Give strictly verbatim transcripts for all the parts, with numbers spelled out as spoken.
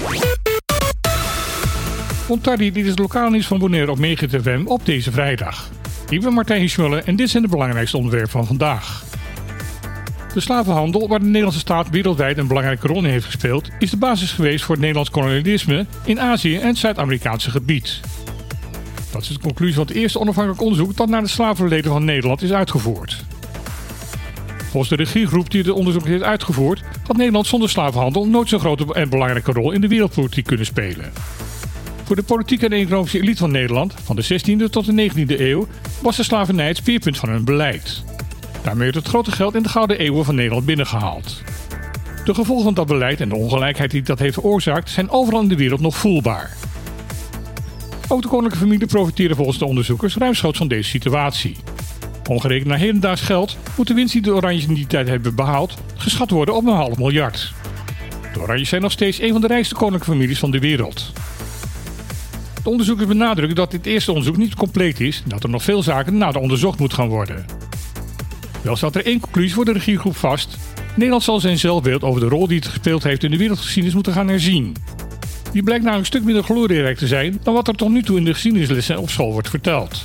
Ontardi, dit is het lokaal nieuws van Bonaire op Megahit F M op deze vrijdag. Ik ben Martijn Schmuller en dit zijn de belangrijkste onderwerpen van vandaag. De slavenhandel, waar de Nederlandse staat wereldwijd een belangrijke rol in heeft gespeeld, is de basis geweest voor het Nederlands kolonialisme in Azië en het Zuid-Amerikaanse gebied. Dat is de conclusie van het eerste onafhankelijk onderzoek dat naar het slavenverleden van Nederland is uitgevoerd. Volgens de regiegroep die het onderzoek heeft uitgevoerd, had Nederland zonder slavenhandel nooit zo'n grote en belangrijke rol in de wereldpolitiek kunnen spelen. Voor de politieke en economische elite van Nederland, van de zestiende tot de negentiende eeuw, was de slavernij het speerpunt van hun beleid. Daarmee werd het grote geld in de gouden eeuwen van Nederland binnengehaald. De gevolgen van dat beleid en de ongelijkheid die dat heeft veroorzaakt zijn overal in de wereld nog voelbaar. Ook de koninklijke familie profiteerde volgens de onderzoekers ruimschoots van deze situatie. Omgerekend naar hedendaags geld moet de winst die de Oranjes in die tijd hebben behaald geschat worden op een half miljard. De Oranjes zijn nog steeds een van de rijkste koninklijke families van de wereld. De onderzoekers benadrukken dat dit eerste onderzoek niet compleet is en dat er nog veel zaken nader onderzocht moet gaan worden. Wel staat er één conclusie voor de regiegroep vast. Nederland zal zijn zelfbeeld over de rol die het gespeeld heeft in de wereldgeschiedenis moeten gaan herzien. Die blijkt namelijk een stuk minder glorierijk te zijn dan wat er tot nu toe in de geschiedenislessen op school wordt verteld.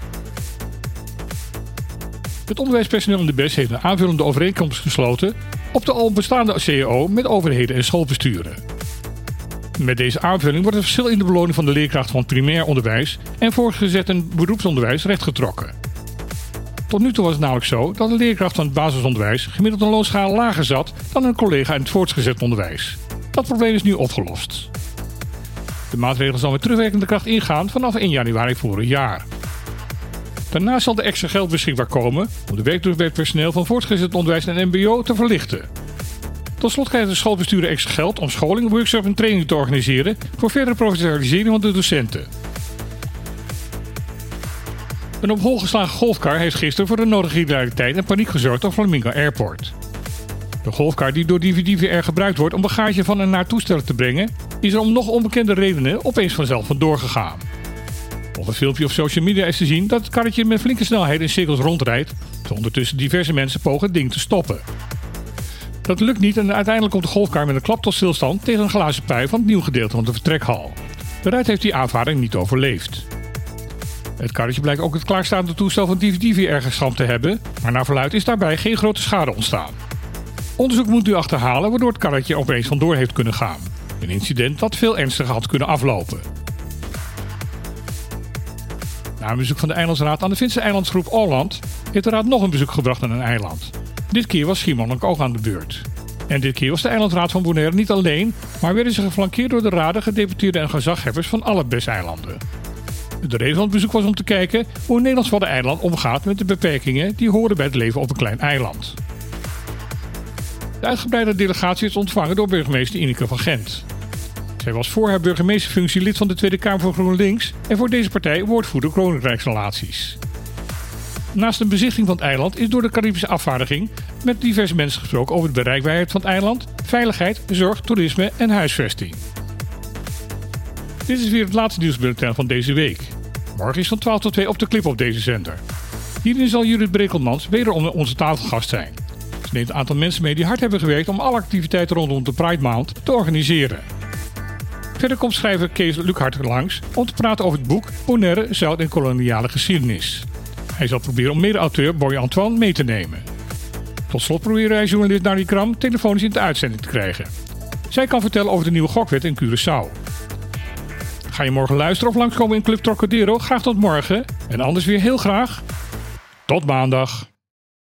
Het onderwijspersoneel in de B E S heeft een aanvullende overeenkomst gesloten op de al bestaande C A O met overheden en schoolbesturen. Met deze aanvulling wordt het verschil in de beloning van de leerkrachten van het primair onderwijs en voortgezet en beroepsonderwijs rechtgetrokken. Tot nu toe was het namelijk zo dat de leerkracht van het basisonderwijs gemiddeld een loonschaal lager zat dan een collega in het voortgezet onderwijs. Dat probleem is nu opgelost. De maatregel zal met terugwerkende kracht ingaan vanaf één januari vorig jaar. Daarnaast zal er extra geld beschikbaar komen om de werkdruk bij het personeel van voortgezet onderwijs en M B O te verlichten. Tot slot krijgen de schoolbesturen extra geld om scholing, workshops en trainingen te organiseren voor verdere professionalisering van de docenten. Een op hol geslagen golfkar heeft gisteren voor de nodige hilariteit en paniek gezorgd op Flamingo Airport. De golfkar die door D V D V R gebruikt wordt om bagage van en naar toestellen te brengen, is er om nog onbekende redenen opeens vanzelf vandoor gegaan. Op een filmpje op social media is te zien dat het karretje met flinke snelheid in cirkels rondrijdt, terwijl ondertussen diverse mensen pogen het ding te stoppen. Dat lukt niet en uiteindelijk komt de golfkar met een klap tot stilstand tegen een glazen pui van het nieuwe gedeelte van de vertrekhal. De ruit heeft die aanvaring niet overleefd. Het karretje blijkt ook het klaarstaande toestel van D V D V R geschramd te hebben, maar naar verluidt is daarbij geen grote schade ontstaan. Onderzoek moet nu achterhalen waardoor het karretje opeens vandoor heeft kunnen gaan. Een incident dat veel ernstiger had kunnen aflopen. Na een bezoek van de eilandsraad aan de Finse eilandsgroep Åland heeft de raad nog een bezoek gebracht aan een eiland. Dit keer was Schiermonnikoog ook aan de beurt. En dit keer was de eilandsraad van Bonaire niet alleen, maar werden ze geflankeerd door de raden, gedeputeerden en gezaghebbers van alle B E S-eilanden. De reden van het bezoek was om te kijken hoe een Nederlands waddeneiland omgaat met de beperkingen die horen bij het leven op een klein eiland. De uitgebreide delegatie is ontvangen door burgemeester Ineke van Gent. Zij was voor haar burgemeesterfunctie lid van de Tweede Kamer voor GroenLinks en voor deze partij woordvoerder Koninkrijksrelaties. Naast een bezichtiging van het eiland is door de Caribische afvaardiging met diverse mensen gesproken over de bereikbaarheid van het eiland, veiligheid, zorg, toerisme en huisvesting. Dit is weer het laatste nieuwsbulletin van deze week. Morgen is van twaalf tot twee op de klip op deze zender. Hierin zal Judith Brekelmans wederom onze tafelgast zijn. Ze neemt een aantal mensen mee die hard hebben gewerkt om alle activiteiten rondom de Pride Maand te organiseren. Verder komt schrijver Kees Lukhart langs om te praten over het boek Bonaire, Zuid- en koloniale geschiedenis. Hij zal proberen om mede-auteur Boy Antoine mee te nemen. Tot slot proberen wij journalist Nari Kram telefonisch in de uitzending te krijgen. Zij kan vertellen over de nieuwe gokwet in Curaçao. Ga je morgen luisteren of langskomen in Club Trocadero? Graag tot morgen. En anders weer heel graag tot maandag.